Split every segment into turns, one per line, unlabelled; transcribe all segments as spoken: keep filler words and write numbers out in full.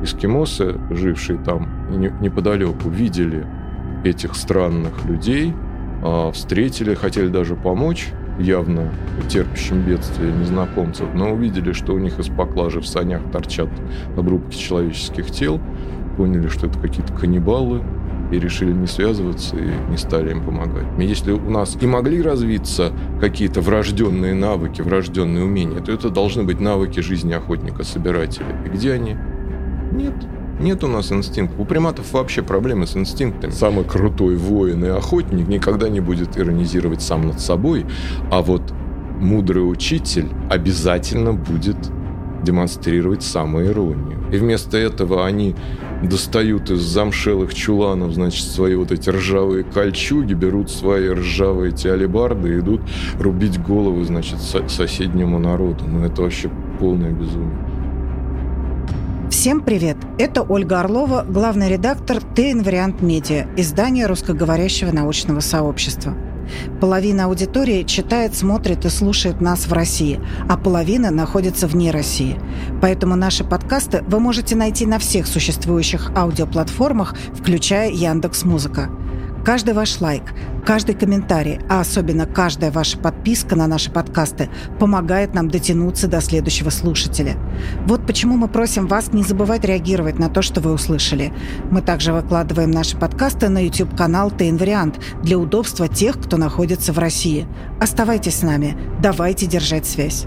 эскимосы, жившие там неподалеку, видели этих странных людей, встретили, хотели даже помочь явно терпящим бедствия незнакомцев, но увидели, что у них из поклажи в санях торчат обрубки человеческих тел, поняли, что это какие-то каннибалы, и решили не связываться и не стали им помогать. И если у нас и могли развиться какие-то врожденные навыки, врожденные умения, то это должны быть навыки жизни охотника-собирателя. И где они? Нет. Нет у нас инстинктов. У приматов вообще проблемы с инстинктами. Самый крутой воин и охотник никогда не будет иронизировать сам над собой, а вот мудрый учитель обязательно будет демонстрировать самоиронию. И вместо этого они достают из замшелых чуланов, значит, свои вот эти ржавые кольчуги, берут свои ржавые эти алебарды и идут рубить головы, значит, соседнему народу. Ну, это вообще полное безумие.
Всем привет! Это Ольга Орлова, главный редактор «ТИНВариант Медиа», издания русскоговорящего научного сообщества. Половина аудитории читает, смотрит и слушает нас в России, а половина находится вне России. Поэтому наши подкасты вы можете найти на всех существующих аудиоплатформах, включая Яндекс.Музыка. Каждый ваш лайк, каждый комментарий, а особенно каждая ваша подписка на наши подкасты помогает нам дотянуться до следующего слушателя. Вот почему мы просим вас не забывать реагировать на то, что вы услышали. Мы также выкладываем наши подкасты на YouTube-канал «ТИНВариант» для удобства тех, кто находится в России. Оставайтесь с нами, давайте держать связь.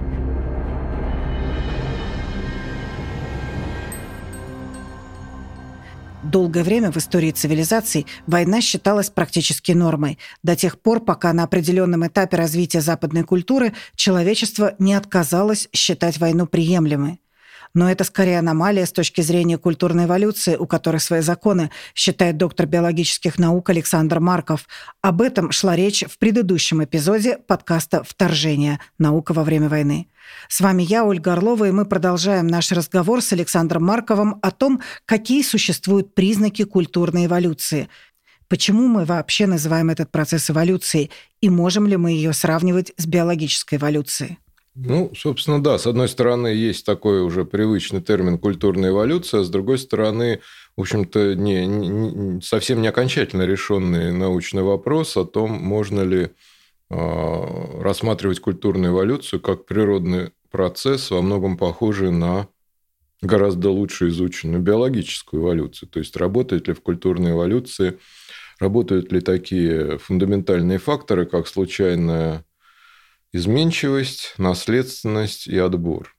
Долгое время в истории цивилизаций война считалась практически нормой, до тех пор, пока на определенном этапе развития западной культуры человечество не отказалось считать войну приемлемой. Но это скорее аномалия с точки зрения культурной эволюции, у которой свои законы, считает доктор биологических наук Александр Марков. Об этом шла речь в предыдущем эпизоде подкаста «Вторжение. Наука во время войны». С вами я, Ольга Орлова, и мы продолжаем наш разговор с Александром Марковым о том, какие существуют признаки культурной эволюции, почему мы вообще называем этот процесс эволюцией и можем ли мы ее сравнивать с биологической эволюцией.
Ну, собственно, да. С одной стороны, есть такой уже привычный термин «культурная эволюция», а с другой стороны, в общем-то, не, не, совсем не окончательно решенный научный вопрос о том, можно ли э, рассматривать культурную эволюцию как природный процесс, во многом похожий на гораздо лучше изученную биологическую эволюцию. То есть, работает ли в культурной эволюции, работают ли такие фундаментальные факторы, как случайная изменчивость, наследственность и отбор.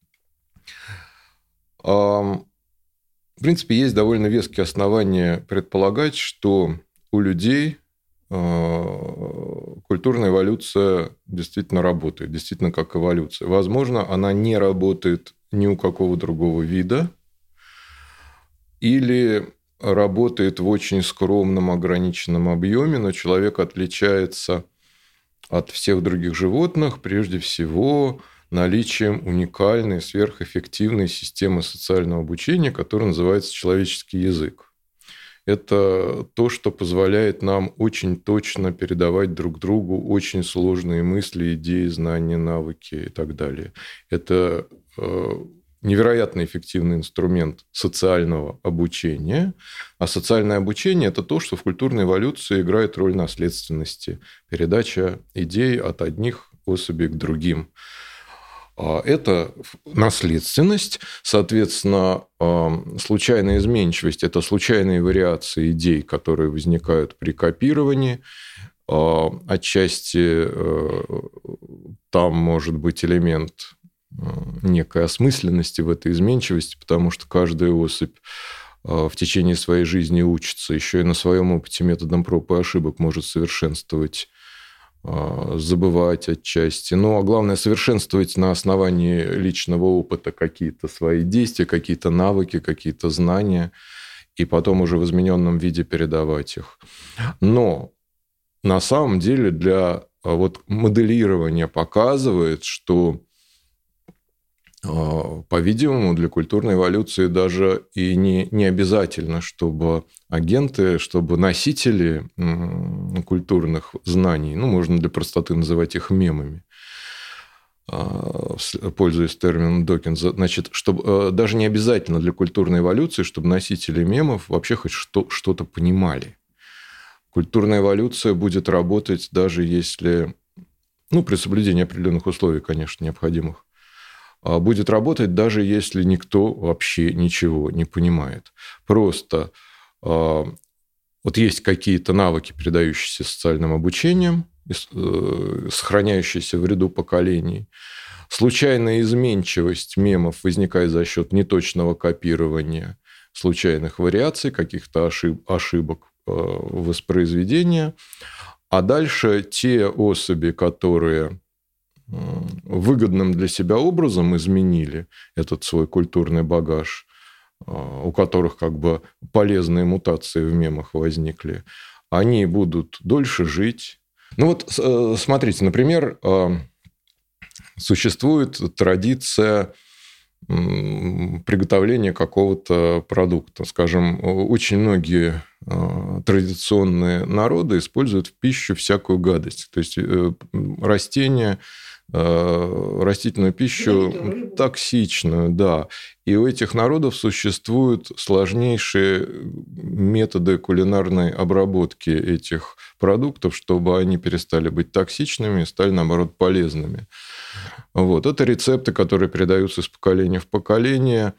В принципе, есть довольно веские основания предполагать, что у людей культурная эволюция действительно работает, действительно как эволюция. Возможно, она не работает ни у какого другого вида или работает в очень скромном, ограниченном объеме, но человек отличается от всех других животных, прежде всего, наличием уникальной, сверхэффективной системы социального обучения, которая называется человеческий язык. Это то, что позволяет нам очень точно передавать друг другу очень сложные мысли, идеи, знания, навыки и так далее. Это невероятно эффективный инструмент социального обучения. А социальное обучение – это то, что в культурной эволюции играет роль наследственности, передача идей от одних особей к другим. Это наследственность, соответственно, случайная изменчивость – это случайные вариации идей, которые возникают при копировании. Отчасти там может быть элемент некой осмысленности в этой изменчивости, потому что каждая особь в течение своей жизни учится, еще и на своем опыте методом проб и ошибок может совершенствовать, забывать отчасти. Ну, а главное, совершенствовать на основании личного опыта какие-то свои действия, какие-то навыки, какие-то знания, и потом уже в измененном виде передавать их. Но на самом деле для вот моделирования показывает, что по-видимому, для культурной эволюции даже и не, не обязательно, чтобы агенты, чтобы носители культурных знаний, ну, можно для простоты называть их мемами, пользуясь термином Докинза, значит, чтобы, даже не обязательно для культурной эволюции, чтобы носители мемов вообще хоть что, что-то понимали. Культурная эволюция будет работать даже если, ну, при соблюдении определенных условий, конечно, необходимых, будет работать даже если никто вообще ничего не понимает. Просто вот есть какие-то навыки, передающиеся социальным обучением, сохраняющиеся в ряду поколений. Случайная изменчивость мемов возникает за счет неточного копирования, случайных вариаций, каких-то ошиб- ошибок воспроизведения. А дальше те особи, которые выгодным для себя образом изменили этот свой культурный багаж, у которых как бы полезные мутации в мемах возникли, они будут дольше жить. Ну вот смотрите, например, существует традиция приготовления какого-то продукта. Скажем, очень многие традиционные народы используют в пищу всякую гадость. То есть растения, растительную пищу токсичную, да. И у этих народов существуют сложнейшие методы кулинарной обработки этих продуктов, чтобы они перестали быть токсичными и стали, наоборот, полезными. Вот. Это рецепты, которые передаются из поколения в поколение.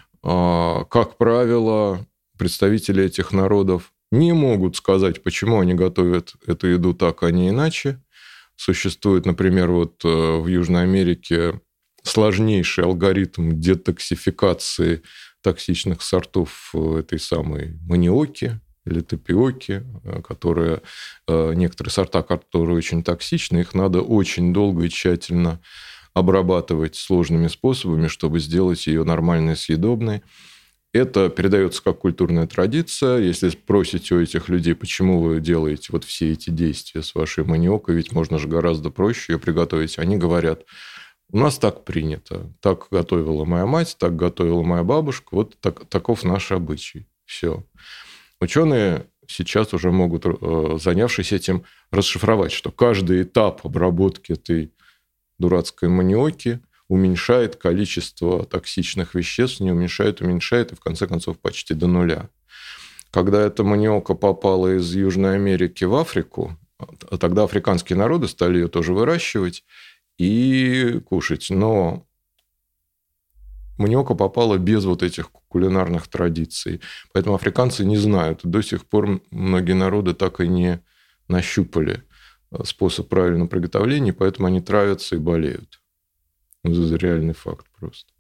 Как правило, представители этих народов не могут сказать, почему они готовят эту еду так, а не иначе. Существует, например, вот в Южной Америке сложнейший алгоритм детоксификации токсичных сортов этой самой маниоки или тапиоки, которые, некоторые сорта, которые очень токсичны, их надо очень долго и тщательно обрабатывать сложными способами, чтобы сделать ее нормально съедобной. Это передается как культурная традиция. Если спросите у этих людей, почему вы делаете вот все эти действия с вашей маниокой, ведь можно же гораздо проще ее приготовить, они говорят: у нас так принято, так готовила моя мать, так готовила моя бабушка, вот так, таков наш обычай. Все. Ученые сейчас уже могут, занявшись этим, расшифровать, что каждый этап обработки этой дурацкой маниоки уменьшает количество токсичных веществ, не уменьшает, уменьшает, и в конце концов почти до нуля. Когда эта маниока попала из Южной Америки в Африку, тогда африканские народы стали ее тоже выращивать и кушать. Но маниока попала без вот этих кулинарных традиций. Поэтому африканцы не знают. До сих пор многие народы так и не нащупали способ правильного приготовления, поэтому они травятся и болеют. Это реальный факт просто.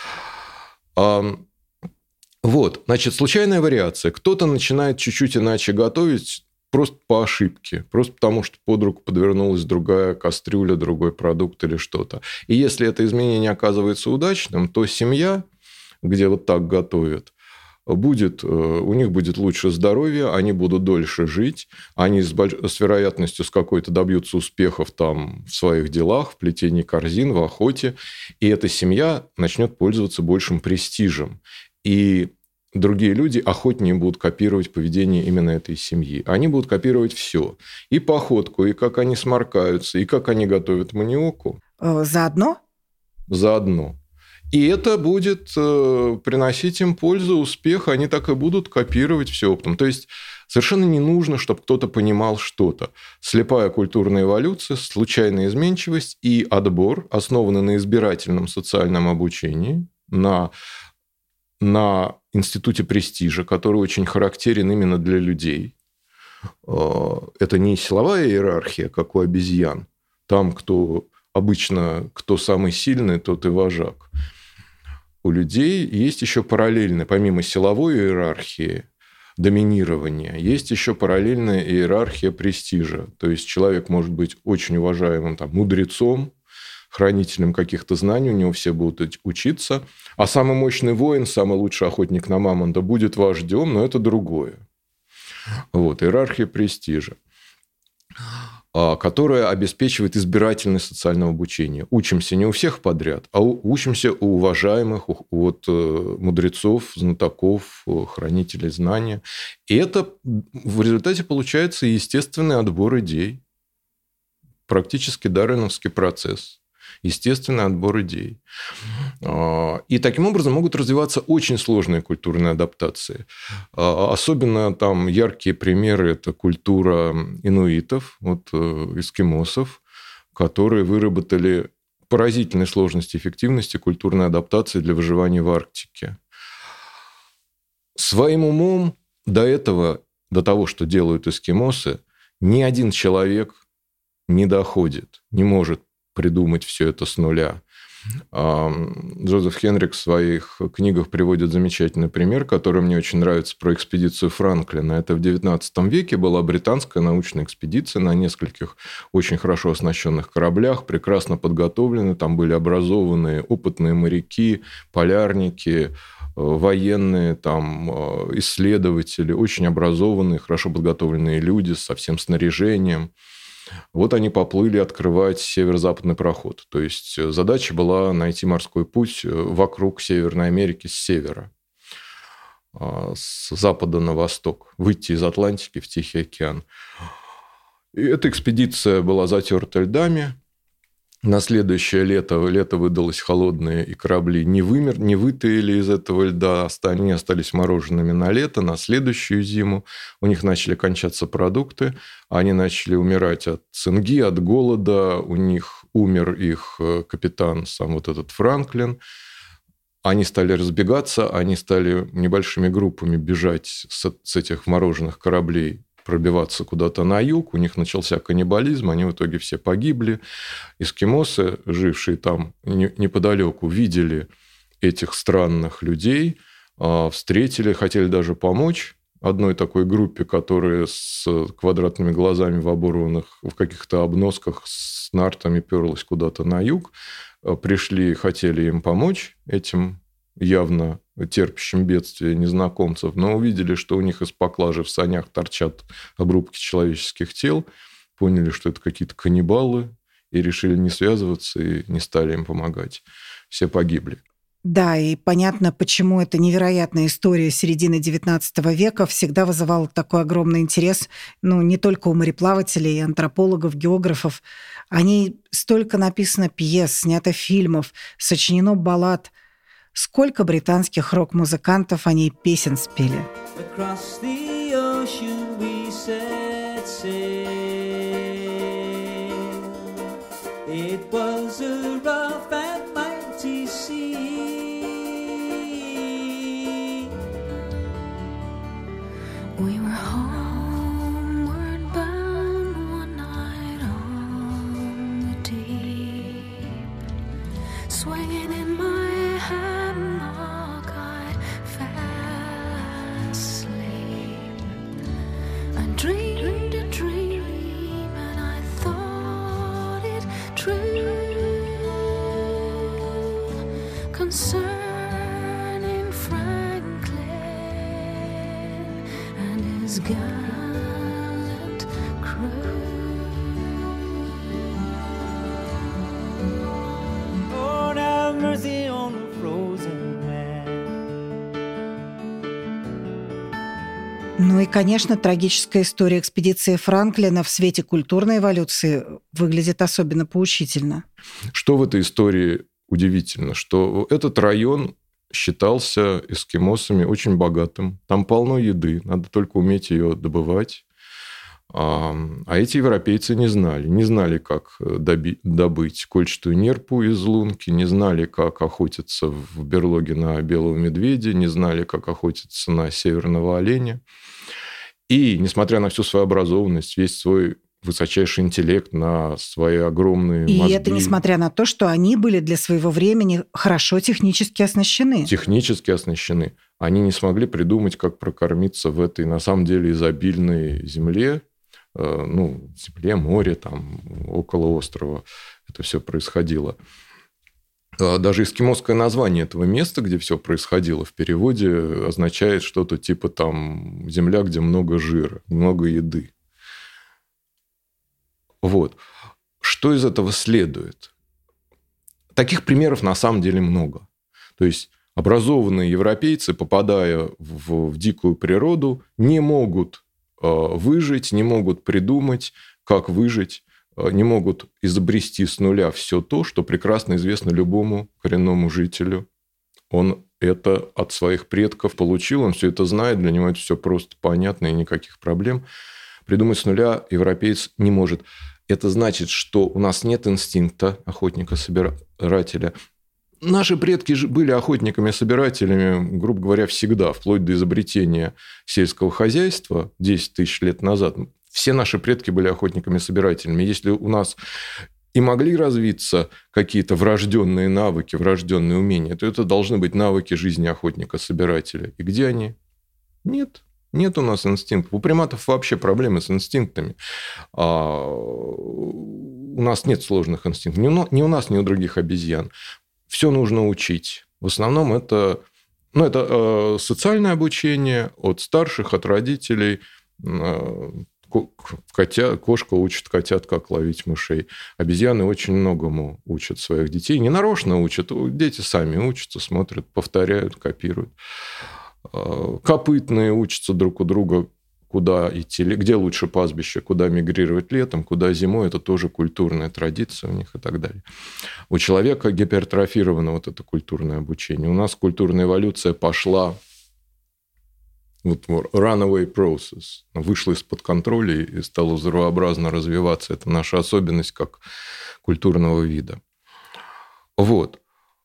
А, вот, значит, случайная вариация. Кто-то начинает чуть-чуть иначе готовить просто по ошибке, просто потому что под руку подвернулась другая кастрюля, другой продукт или что-то. И если это изменение оказывается удачным, то семья, где вот так готовят, будет, у них будет лучше здоровье, они будут дольше жить, они с, больш... с вероятностью с какой-то добьются успехов там в своих делах, в плетении корзин, в охоте, и эта семья начнет пользоваться большим престижем. И другие люди охотнее будут копировать поведение именно этой семьи. Они будут копировать все. И походку, и как они сморкаются, и как они готовят маниоку.
Заодно?
Заодно. И это будет приносить им пользу, успех, они так и будут копировать все оптом. То есть совершенно не нужно, чтобы кто-то понимал что-то. Слепая культурная эволюция, случайная изменчивость и отбор основаны на избирательном социальном обучении, на, на институте престижа, который очень характерен именно для людей. Это не силовая иерархия, как у обезьян. Там, кто обычно кто самый сильный, тот и вожак. У людей есть еще параллельно, помимо силовой иерархии, доминирования, есть еще параллельная иерархия престижа. То есть человек может быть очень уважаемым там, мудрецом, хранителем каких-то знаний, у него все будут учиться, а самый мощный воин, самый лучший охотник на мамонта будет вождем, но это другое. Вот, иерархия престижа, которая обеспечивает избирательное социальное обучение. Учимся не у всех подряд, а учимся у уважаемых, от мудрецов, знатоков, хранителей знания. И это в результате получается естественный отбор идей, практически дарвиновский процесс. естественный отбор идей. И таким образом могут развиваться очень сложные культурные адаптации. Особенно там яркие примеры – это культура инуитов, вот, эскимосов, которые выработали поразительной сложности и эффективности культурной адаптации для выживания в Арктике. Своим умом до этого, до того, что делают эскимосы, ни один человек не доходит, не может придумать все это с нуля. Джозеф Хенрик в своих книгах приводит замечательный пример, который мне очень нравится, про экспедицию Франклина. Это в девятнадцатом веке была британская научная экспедиция на нескольких очень хорошо оснащенных кораблях, прекрасно подготовлены. Там были образованные опытные моряки, полярники, военные, там, исследователи, очень образованные, хорошо подготовленные люди со всем снаряжением. Вот они поплыли открывать северо-западный проход. То есть задача была найти морской путь вокруг Северной Америки с севера, с запада на восток, выйти из Атлантики в Тихий океан. И эта экспедиция была затерта льдами. На следующее лето, лето выдалось холодное, и корабли не, вымер, не вытаяли из этого льда, они остались мороженными на лето. На следующую зиму у них начали кончаться продукты, они начали умирать от цинги, от голода, у них умер их капитан, сам вот этот Франклин. Они стали разбегаться, они стали небольшими группами бежать с, с этих мороженых кораблей, пробиваться куда-то на юг, у них начался каннибализм, они в итоге все погибли. Эскимосы, жившие там неподалеку, видели этих странных людей, встретили, хотели даже помочь одной такой группе, которая с квадратными глазами в оборванных, в каких-то обносках с нартами перлась куда-то на юг. Пришли, хотели им помочь, этим явно терпящим бедствия незнакомцев, но увидели, что у них из поклажи в санях торчат обрубки человеческих тел, поняли, что это какие-то каннибалы, и решили не связываться, и не стали им помогать. Все погибли.
Да, и понятно, почему эта невероятная история середины девятнадцатого века всегда вызывала такой огромный интерес, ну, не только у мореплавателей, антропологов, географов. О ней столько написано пьес, снято фильмов, сочинено баллад. Сколько британских рок-музыкантов о ней песен спели.
We were homeward bound one night on the deep, swinging in my hammock, I fell asleep. I dreamed a dream and I thought it true, concerning Franklin and his gallant crew.
Lord have mercy on the frozen man.
Ну и, конечно, трагическая история экспедиции Франклина в свете культурной эволюции выглядит особенно поучительно.
Что в этой истории удивительно, что этот район считался эскимосами очень богатым. Там полно еды, надо только уметь ее добывать. А эти европейцы не знали. Не знали, как доби- добыть кольчатую нерпу из лунки, не знали, как охотиться в берлоге на белого медведя, не знали, как охотиться на северного оленя. И, несмотря на всю свою образованность, весь свой высочайший интеллект, на свои огромные
И
мозги.
это несмотря на то, что они были для своего времени хорошо технически оснащены.
Технически оснащены. Они не смогли придумать, как прокормиться в этой, на самом деле, изобильной земле, ну, земле, море, там, около острова. Это все происходило. Даже эскимосское название этого места, где все происходило, в переводе означает что-то типа там земля, где много жира, много еды. Вот. Что из этого следует? Таких примеров на самом деле много. То есть образованные европейцы, попадая в, в дикую природу, не могут э, выжить, не могут придумать, как выжить не могут изобрести с нуля все то, что прекрасно известно любому коренному жителю. Он это от своих предков получил, он все это знает, для него это все просто понятно и никаких проблем. Придумать с нуля европеец не может. Это значит, что у нас нет инстинкта охотника-собирателя. Наши предки же были охотниками-собирателями, грубо говоря, всегда, вплоть до изобретения сельского хозяйства десять тысяч лет назад. Все наши предки были охотниками-собирателями. Если у нас и могли развиться какие-то врожденные навыки, врожденные умения, то это должны быть навыки жизни охотника-собирателя. И где они? Нет. Нет у нас инстинктов. У приматов вообще проблемы с инстинктами. А у нас нет сложных инстинктов. Ни у нас, ни у других обезьян. Все нужно учить. В основном это, ну, это социальное обучение от старших, от родителей. Котя, кошка учит котят, как ловить мышей. Обезьяны очень многому учат своих детей. Не нарочно учат. Дети сами учатся, смотрят, повторяют, копируют. Копытные учатся друг у друга, куда идти, где лучше пастбище, куда мигрировать летом, куда зимой. Это тоже культурная традиция у них и так далее. У человека гипертрофировано вот это культурное обучение. У нас культурная эволюция пошла, вот runaway process, вышла из-под контроля и стала взрывообразно развиваться. Это наша особенность как культурного вида. Вот.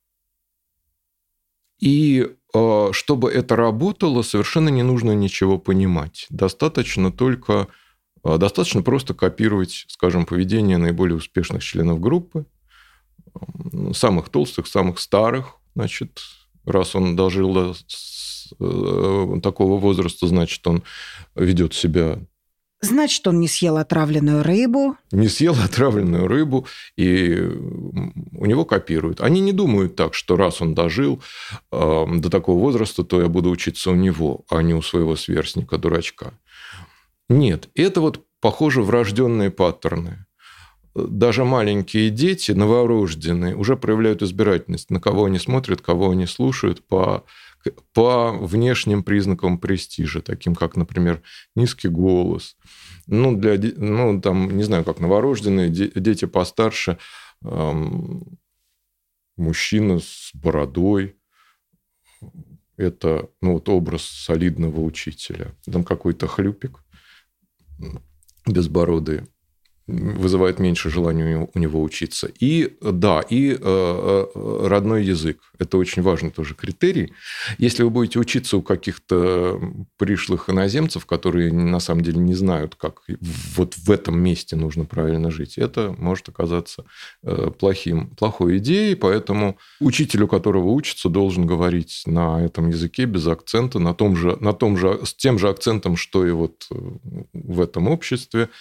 И чтобы это работало, совершенно не нужно ничего понимать. Достаточно только, достаточно просто копировать, скажем, поведение наиболее успешных членов группы, самых толстых, самых старых. Значит, раз он дожил до такого возраста, значит, он ведет себя...
Значит, он не съел отравленную рыбу.
Не съел отравленную рыбу, и у него копируют. Они не думают так, что раз он дожил э, до такого возраста, то я буду учиться у него, а не у своего сверстника, дурачка. Нет, это вот, похоже, врожденные паттерны. Даже маленькие дети, новорожденные, уже проявляют избирательность, на кого они смотрят, кого они слушают по... по внешним признакам престижа, таким как, например, низкий голос. Ну, для, ну там, не знаю, как новорожденные, дети постарше, эм, мужчина с бородой. Это, ну, вот образ солидного учителя. Там какой-то хлюпик безбородый вызывает меньше желания у него учиться. И да, и э, родной язык. Это очень важный тоже критерий. Если вы будете учиться у каких-то пришлых иноземцев, которые на самом деле не знают, как вот в этом месте нужно правильно жить, это может оказаться плохим, плохой идеей. Поэтому учитель, у которого учится, должен говорить на этом языке без акцента, на том же, на том же, с тем же акцентом, что и вот в этом обществе.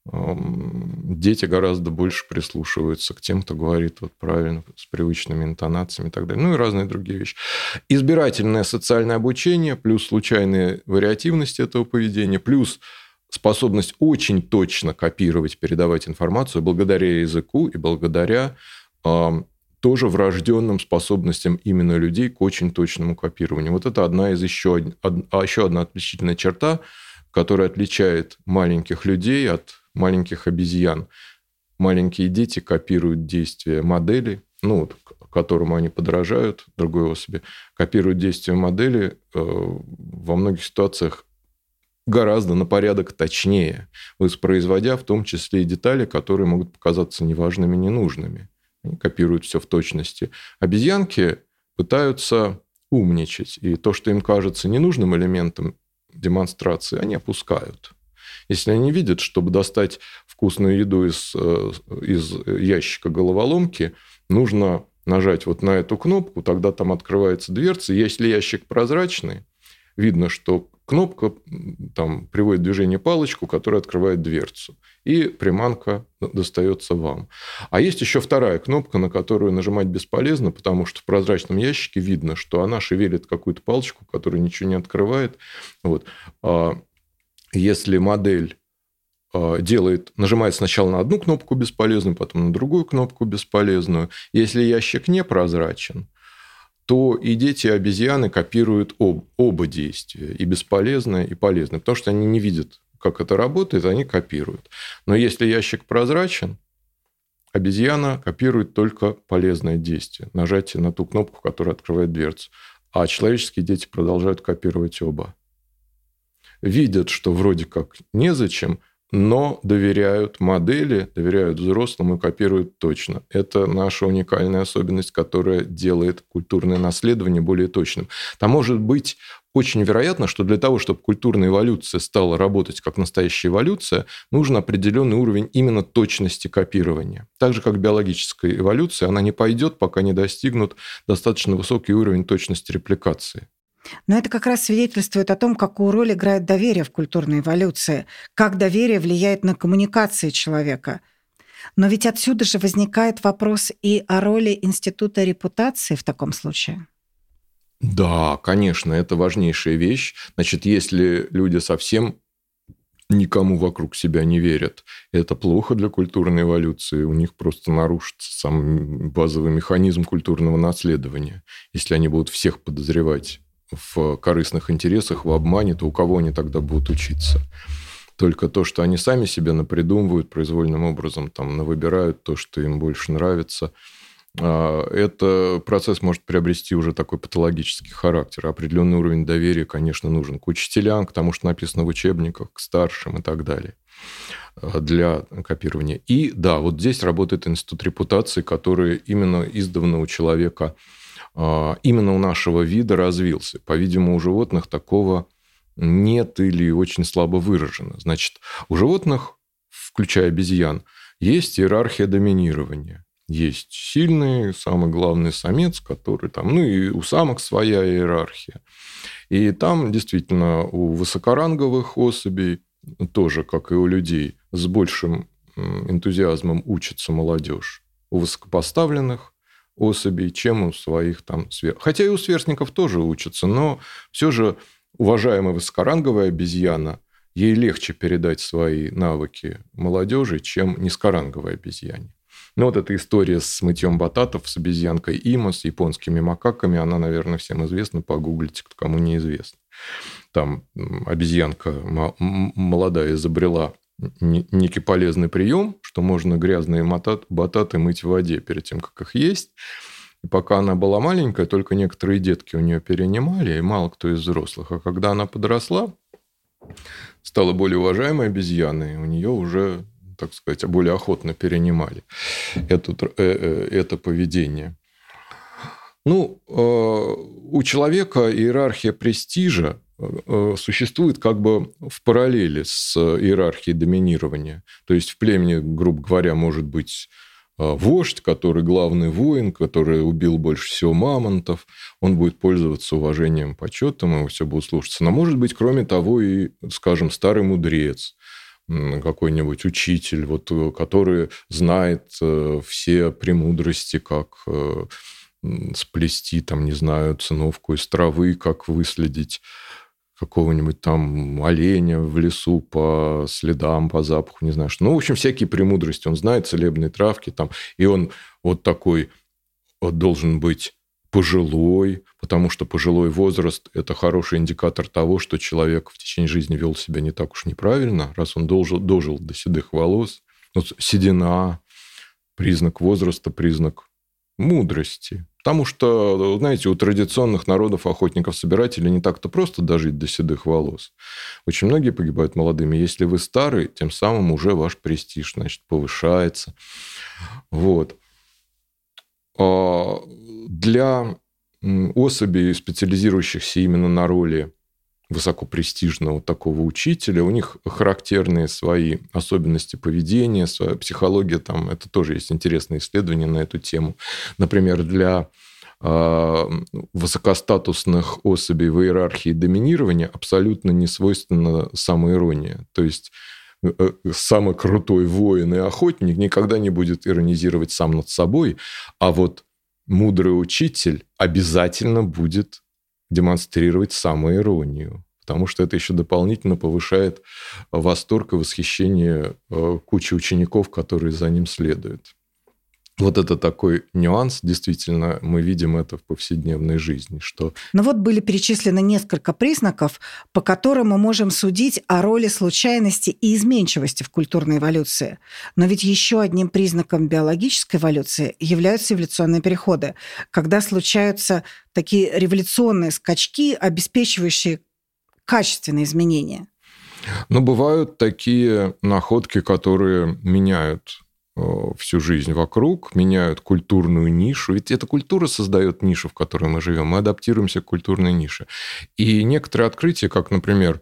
Дети гораздо больше прислушиваются к тем, кто говорит вот правильно, с привычными интонациями и так далее. Ну и разные другие вещи. Избирательное социальное обучение, плюс случайная вариативность этого поведения, плюс способность очень точно копировать, передавать информацию благодаря языку и благодаря э, тоже врожденным способностям именно людей к очень точному копированию. Вот это одна из еще, од, еще одна отличительная черта, которая отличает маленьких людей от маленьких обезьян. Маленькие дети копируют действия модели, ну, вот, которому они подражают, другой особи, копируют действия модели э, во многих ситуациях гораздо на порядок точнее, воспроизводя в том числе и детали, которые могут показаться неважными, ненужными. Они копируют все в точности. Обезьянки пытаются умничать, и то, что им кажется ненужным элементом демонстрации, они опускают. Если они видят, чтобы достать вкусную еду из, из ящика головоломки, нужно нажать вот на эту кнопку, тогда там открывается дверца. Если ящик прозрачный, видно, что кнопка там приводит в движение палочку, которая открывает дверцу, и приманка достается вам. А есть еще вторая кнопка, на которую нажимать бесполезно, потому что в прозрачном ящике видно, что она шевелит какую-то палочку, которая ничего не открывает. Вот. Если модель делает, нажимает сначала на одну кнопку бесполезную, потом на другую кнопку бесполезную, если ящик не прозрачен, то и дети, и обезьяны копируют об, оба действия, и бесполезное, и полезное, потому что они не видят как это работает, они копируют. Но если ящик прозрачен, обезьяна копирует только полезное действие. Нажатие на ту кнопку, которая открывает дверцу. А человеческие дети продолжают копировать оба. Видят, что вроде как незачем, но доверяют модели, доверяют взрослым и копируют точно. Это наша уникальная особенность, которая делает культурное наследование более точным. Там может быть очень вероятно, что для того, чтобы культурная эволюция стала работать как настоящая эволюция, нужен определенный уровень именно точности копирования. Так же, как биологическая эволюция, она не пойдет, пока не достигнут достаточно высокий уровень точности репликации.
Но это как раз свидетельствует о том, какую роль играет доверие в культурной эволюции, как доверие влияет на коммуникации человека. Но ведь отсюда же возникает вопрос и о роли института репутации в таком случае.
Да, конечно, это важнейшая вещь. Значит, если люди совсем никому вокруг себя не верят, это плохо для культурной эволюции. У них просто нарушится сам базовый механизм культурного наследования. Если они будут всех подозревать в корыстных интересах, в обмане, то у кого они тогда будут учиться? Только то, что они сами себе напридумывают произвольным образом, там, навыбирают то, что им больше нравится. Это процесс может приобрести уже такой патологический характер. Определенный уровень доверия, конечно, нужен к учителям, к тому, что написано в учебниках, к старшим и так далее для копирования. И да, вот здесь работает институт репутации, который именно издавна у человека, именно у нашего вида развился. По-видимому, у животных такого нет или очень слабо выражено. Значит, у животных, включая обезьян, есть иерархия доминирования. Есть сильный, самый главный самец, который там... Ну, и у самок своя иерархия. И там действительно у высокоранговых особей, тоже, как и у людей, с большим энтузиазмом учится молодежь. У высокопоставленных особей, чем у своих там сверстников. Хотя и у сверстников тоже учатся, но все же уважаемая высокоранговая обезьяна, ей легче передать свои навыки молодежи, чем низкоранговой обезьяне. Ну, вот эта история с мытьем бататов, с обезьянкой Има, с японскими макаками, она, наверное, всем известна. Погуглите, кто кому неизвестно. Там обезьянка молодая изобрела некий полезный прием, что можно грязные бататы мыть в воде перед тем, как их есть. И пока она была маленькая, только некоторые детки у нее перенимали, и мало кто из взрослых. А когда она подросла, стала более уважаемой обезьяной, у нее уже, так сказать, более охотно перенимали это, это поведение. Ну, у человека иерархия престижа существует как бы в параллели с иерархией доминирования. То есть в племени, грубо говоря, может быть вождь, который главный воин, который убил больше всего мамонтов, он будет пользоваться уважением, почетом, его все будут слушаться. Но может быть, кроме того, и, скажем, старый мудрец, какой-нибудь учитель, вот, который знает все премудрости, как сплести, там, не знаю, циновку из травы, как выследить какого-нибудь там оленя в лесу по следам, по запаху, не знаю что. Ну, в общем, всякие премудрости. Он знает целебные травки там. И он вот такой вот должен быть пожилой, потому что пожилой возраст – это хороший индикатор того, что человек в течение жизни вел себя не так уж неправильно, раз он дожил, дожил до седых волос. Вот седина – признак возраста, признак мудрости. Потому что, знаете, у традиционных народов охотников-собирателей не так-то просто дожить до седых волос. Очень многие погибают молодыми. Если вы старый, тем самым уже ваш престиж, значит, повышается. Вот. Для особей, специализирующихся именно на роли высокопрестижного такого учителя, у них характерные свои особенности поведения, своя психология. Там, это тоже есть интересные исследования на эту тему. Например, для э, высокостатусных особей в иерархии доминирования абсолютно не свойственна самоирония. То есть э, самый крутой воин и охотник никогда не будет иронизировать сам над собой, а вот мудрый учитель обязательно будет демонстрировать самоиронию, потому что это еще дополнительно повышает восторг и восхищение кучи учеников, которые за ним следуют. Вот это такой нюанс, действительно, мы видим это в повседневной жизни, что...
Но вот были перечислены несколько признаков, по которым мы можем судить о роли случайности и изменчивости в культурной эволюции. Но ведь еще одним признаком биологической эволюции являются эволюционные переходы, когда случаются такие революционные скачки, обеспечивающие качественные изменения.
Но бывают такие находки, которые меняют всю жизнь вокруг, меняют культурную нишу. Ведь эта культура создает нишу, в которой мы живем. Мы адаптируемся к культурной нише. И некоторые открытия, как, например,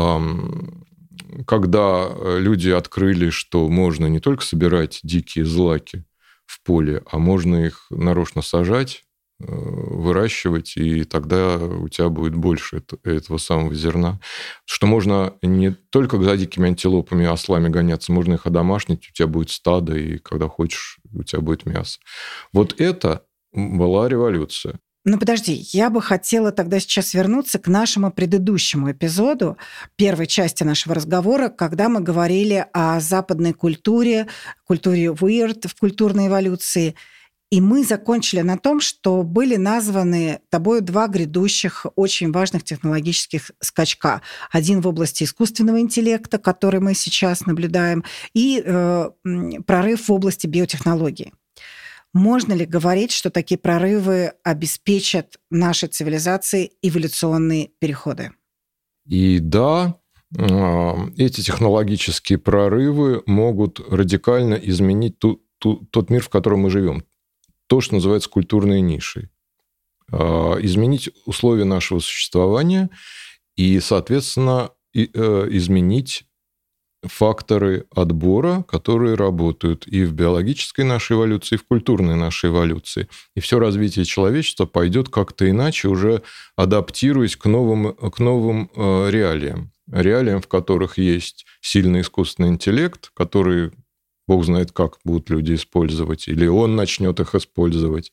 когда люди открыли, что можно не только собирать дикие злаки в поле, а можно их нарочно сажать, выращивать, и тогда у тебя будет больше этого самого зерна. Что можно не только за дикими антилопами и ослами гоняться, можно их одомашнить, у тебя будет стадо, и когда хочешь, у тебя будет мясо. Вот это была революция.
Ну, подожди, я бы хотела тогда сейчас вернуться к нашему предыдущему эпизоду, первой части нашего разговора, когда мы говорили о западной культуре, культуре weird в культурной эволюции. И мы закончили на том, что были названы тобой два грядущих очень важных технологических скачка. Один в области искусственного интеллекта, который мы сейчас наблюдаем, и э, прорыв в области биотехнологий. Можно ли говорить, что такие прорывы обеспечат нашей цивилизации эволюционные переходы?
И да, эти технологические прорывы могут радикально изменить ту, ту, тот мир, в котором мы живем. То, что называется культурной нишей. Изменить условия нашего существования и, соответственно, изменить факторы отбора, которые работают и в биологической нашей эволюции, и в культурной нашей эволюции. И все развитие человечества пойдет как-то иначе, уже адаптируясь к новым, к новым реалиям. Реалиям, в которых есть сильный искусственный интеллект, который... Бог знает, как будут люди использовать, или он начнет их использовать.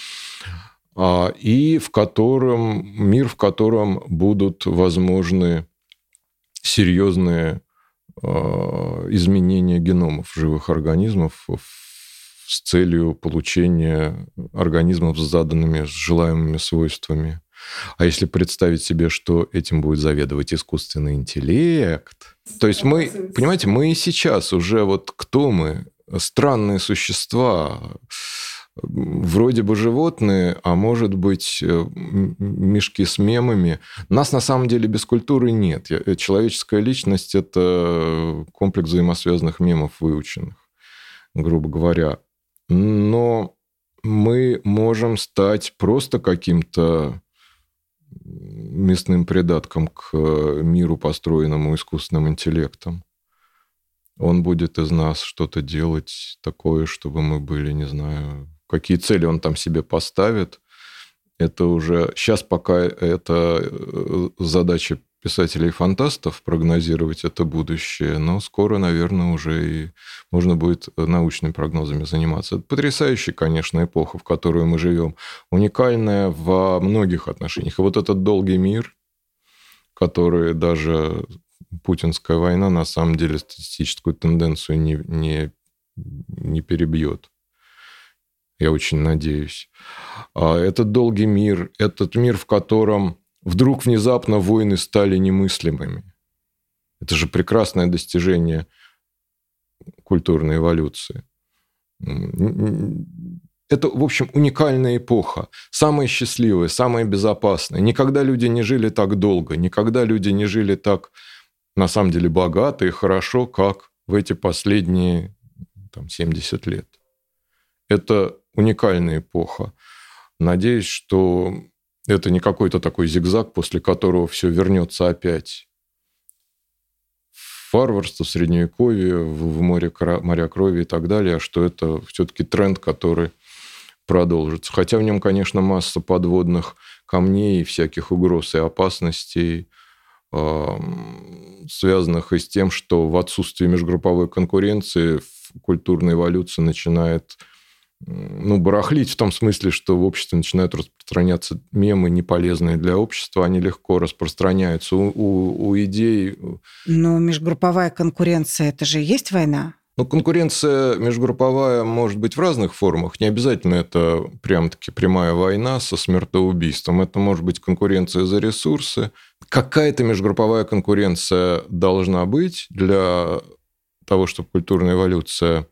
И в котором мир, в котором будут возможны серьезные изменения геномов живых организмов с целью получения организмов с заданными, с желаемыми свойствами. А если представить себе, что этим будет заведовать искусственный интеллект... То есть мы, понимаете, мы и сейчас уже вот кто мы? Странные существа, вроде бы животные, а может быть мешки с мемами. Нас на самом деле без культуры нет. Человеческая личность – это комплекс взаимосвязанных мемов выученных, грубо говоря. Но мы можем стать просто каким-то мясным придатком к миру, построенному искусственным интеллектом. Он будет из нас что-то делать такое, чтобы мы были, не знаю, какие цели он там себе поставит. Это уже... Сейчас пока это задача писателей-фантастов прогнозировать это будущее, но скоро, наверное, уже и можно будет научными прогнозами заниматься. Это потрясающая, конечно, эпоха, в которую мы живем, уникальная во многих отношениях. И вот этот долгий мир, который даже путинская война на самом деле статистическую тенденцию не, не, не перебьет. Я очень надеюсь. Этот долгий мир, этот мир, в котором вдруг внезапно войны стали немыслимыми. Это же прекрасное достижение культурной эволюции. Это, в общем, уникальная эпоха. Самая счастливая, самая безопасная. Никогда люди не жили так долго, никогда люди не жили так, на самом деле, богато и хорошо, как в эти последние там, семьдесят лет. Это уникальная эпоха. Надеюсь, что это не какой-то такой зигзаг, после которого все вернется опять в варварство, в Средневековье, в море, моря крови и так далее, а что это все-таки тренд, который продолжится. Хотя в нем, конечно, масса подводных камней, всяких угроз и опасностей, связанных и с тем, что в отсутствии межгрупповой конкуренции культурная эволюция начинает ну, барахлить в том смысле, что в обществе начинают распространяться мемы, неполезные для общества, они легко распространяются. У, у, у идей...
Но межгрупповая конкуренция – это же и есть война?
Ну, конкуренция межгрупповая может быть в разных формах. Не обязательно это прям-таки прямая война со смертоубийством. Это может быть конкуренция за ресурсы. Какая-то межгрупповая конкуренция должна быть для того, чтобы культурная эволюция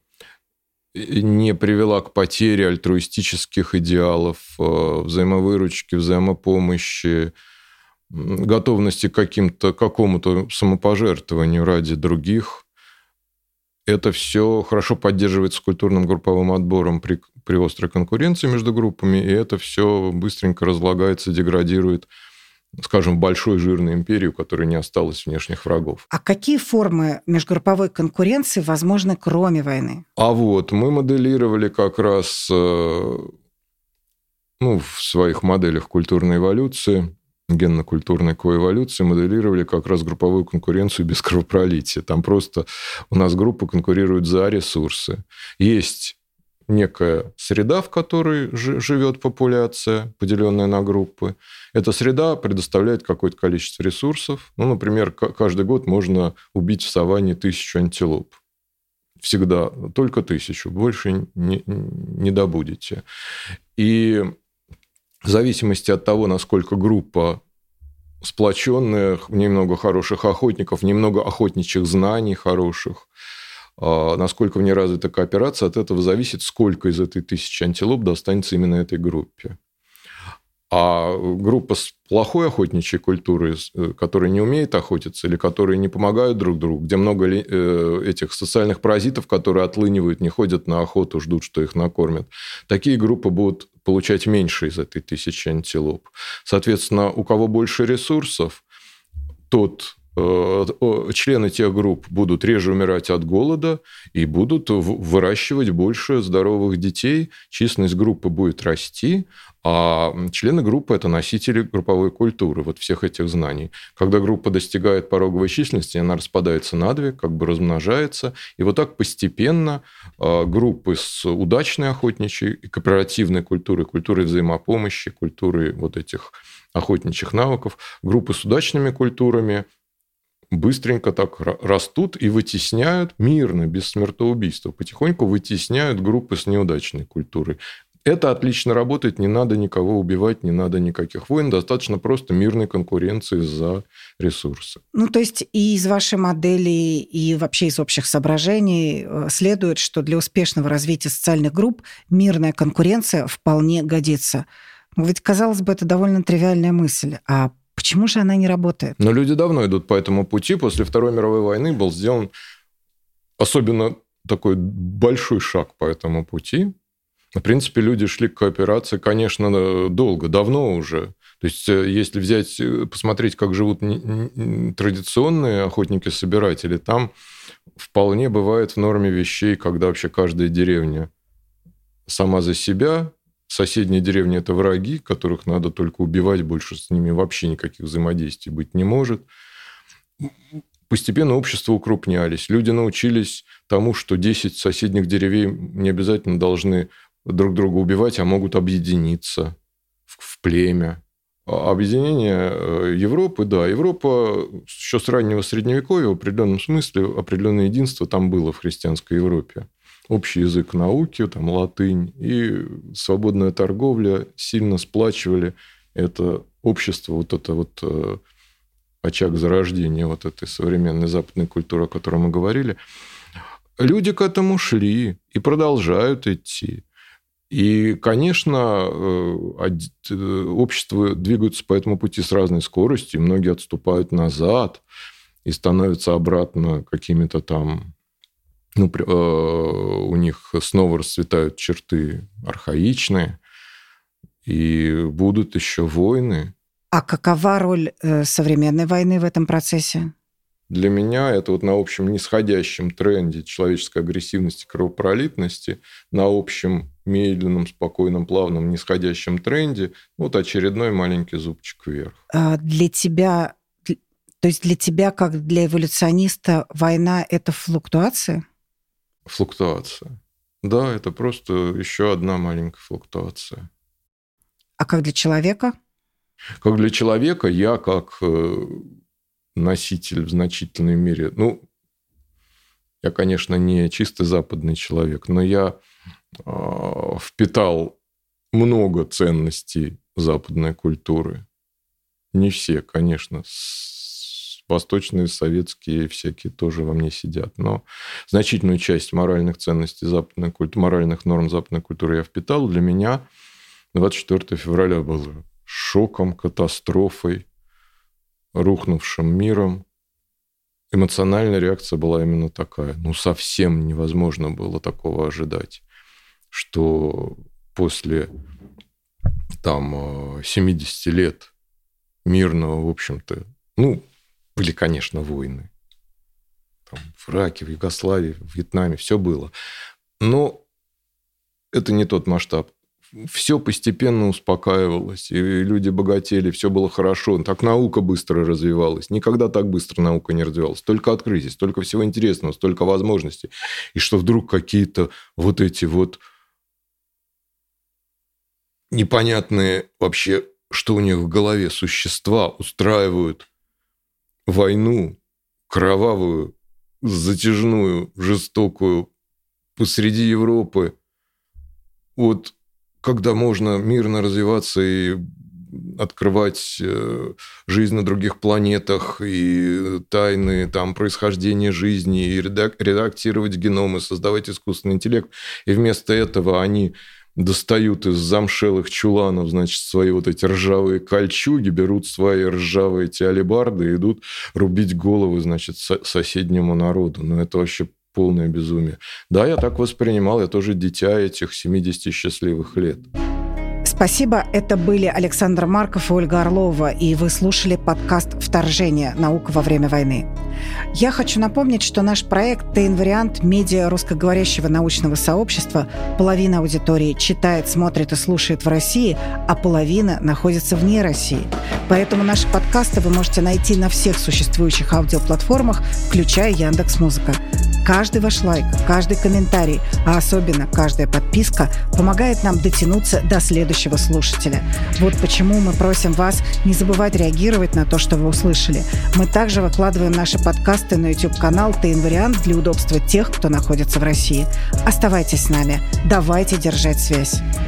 не привела к потере альтруистических идеалов, взаимовыручки, взаимопомощи, готовности к каким-то, какому-то самопожертвованию ради других. Это все хорошо поддерживается культурным групповым отбором при, при острой конкуренции между группами, и это все быстренько разлагается, деградирует, скажем, в большой жирной империи, у которой не осталось внешних врагов.
А какие формы межгрупповой конкуренции возможны, кроме войны?
А вот мы моделировали как раз ну, в своих моделях культурной эволюции, генно-культурной коэволюции, моделировали как раз групповую конкуренцию без кровопролития. Там просто у нас группы конкурируют за ресурсы. Есть некая среда, в которой живет популяция, поделенная на группы. Эта среда предоставляет какое-то количество ресурсов. Ну, например, каждый год можно убить в саванне тысячу антилоп. Всегда только тысячу, больше не, не добудете. И в зависимости от того, насколько группа сплоченная, немного хороших охотников, немного охотничьих знаний хороших, насколько в ней развита кооперация, от этого зависит, сколько из этой тысячи антилоп достанется именно этой группе. А группа с плохой охотничьей культурой, которая не умеет охотиться или которые не помогают друг другу, где много этих социальных паразитов, которые отлынивают, не ходят на охоту, ждут, что их накормят, такие группы будут получать меньше из этой тысячи антилоп. Соответственно, у кого больше ресурсов, тот члены тех групп будут реже умирать от голода и будут выращивать больше здоровых детей, численность группы будет расти, а члены группы – это носители групповой культуры, вот всех этих знаний. Когда группа достигает пороговой численности, она распадается на две, как бы размножается, и вот так постепенно группы с удачной охотничьей и кооперативной культурой, культурой взаимопомощи, культурой вот этих охотничьих навыков, группы с удачными культурами быстренько так растут и вытесняют мирно, без смертоубийства, потихоньку вытесняют группы с неудачной культурой. Это отлично работает, не надо никого убивать, не надо никаких войн, достаточно просто мирной конкуренции за ресурсы.
Ну, то есть и из вашей модели, и вообще из общих соображений следует, что для успешного развития социальных групп мирная конкуренция вполне годится. Ведь, казалось бы, это довольно тривиальная мысль. А почему же она не работает?
Но люди давно идут по этому пути. После Второй мировой войны был сделан особенно такой большой шаг по этому пути. В принципе, люди шли к кооперации, конечно, долго, давно уже. То есть, если взять, посмотреть, как живут традиционные охотники-собиратели, там вполне бывает в норме вещей, когда вообще каждая деревня сама за себя, соседние деревни – это враги, которых надо только убивать, больше с ними вообще никаких взаимодействий быть не может. Постепенно общества укрупнялись. Люди научились тому, что десять соседних деревень не обязательно должны друг друга убивать, а могут объединиться в племя. Объединение Европы, да, Европа еще с раннего Средневековья в определенном смысле, определенное единство там было в христианской Европе. Общий язык науки, там латынь и свободная торговля сильно сплачивали это общество, вот это вот очаг зарождения вот этой современной западной культуры, о которой мы говорили. Люди к этому шли и продолжают идти. И, конечно, общества двигаются по этому пути с разной скоростью, и многие отступают назад и становятся обратно какими-то там... Ну, у них снова расцветают черты архаичные, и будут еще войны.
А какова роль современной войны в этом процессе?
Для меня это вот на общем нисходящем тренде человеческой агрессивности, кровопролитности, на общем медленном, спокойном, плавном нисходящем тренде вот очередной маленький зубчик вверх.
А для тебя, то есть для тебя, как для эволюциониста, война – это флуктуация?
Флуктуация. Да, это просто еще одна маленькая флуктуация.
А как для человека?
Как для человека, я как носитель в значительной мере... Ну, Я, конечно, не чисто западный человек, но я э, впитал много ценностей западной культуры. Не все, конечно. Восточные, советские всякие тоже во мне сидят. Но значительную часть моральных ценностей западной культуры, моральных норм западной культуры я впитал. Для меня двадцать четвёртого февраля было шоком, катастрофой, рухнувшим миром. Эмоциональная реакция была именно такая. Ну, совсем невозможно было такого ожидать, что после там семидесяти лет мирного, в общем-то, ну, были, конечно, войны. Там, в Ираке, в Югославии, в Вьетнаме, все было. Но это не тот масштаб. Все постепенно успокаивалось, и люди богатели, все было хорошо. Так наука быстро развивалась. Никогда так быстро наука не развивалась. Столько открытий, столько всего интересного, столько возможностей. И что вдруг какие-то вот эти вот непонятные вообще, что у них в голове существа устраивают войну кровавую, затяжную, жестокую посреди Европы. Вот когда можно мирно развиваться и открывать жизнь на других планетах, и тайны там, происхождения жизни, и редактировать геномы, создавать искусственный интеллект. И вместо этого они достают из замшелых чуланов, значит, свои вот эти ржавые кольчуги, берут свои ржавые эти алебарды и идут рубить головы, значит, соседнему народу. Ну, это вообще полное безумие. Да, я так воспринимал, я тоже дитя этих семидесяти счастливых лет.
Спасибо. Это были Александр Марков и Ольга Орлова, и вы слушали подкаст «Вторжение. Наука во время войны». Я хочу напомнить, что наш проект «Т-инвариант» медиа русскоговорящего научного сообщества. Половина аудитории читает, смотрит и слушает в России, а половина находится вне России. Поэтому наши подкасты вы можете найти на всех существующих аудиоплатформах, включая Яндекс.Музыка. Каждый ваш лайк, каждый комментарий, а особенно каждая подписка помогает нам дотянуться до следующего слушателя. Вот почему мы просим вас не забывать реагировать на то, что вы услышали. Мы также выкладываем наши подкасты на YouTube-канал «Т-инвариант» для удобства тех, кто находится в России. Оставайтесь с нами. Давайте держать связь.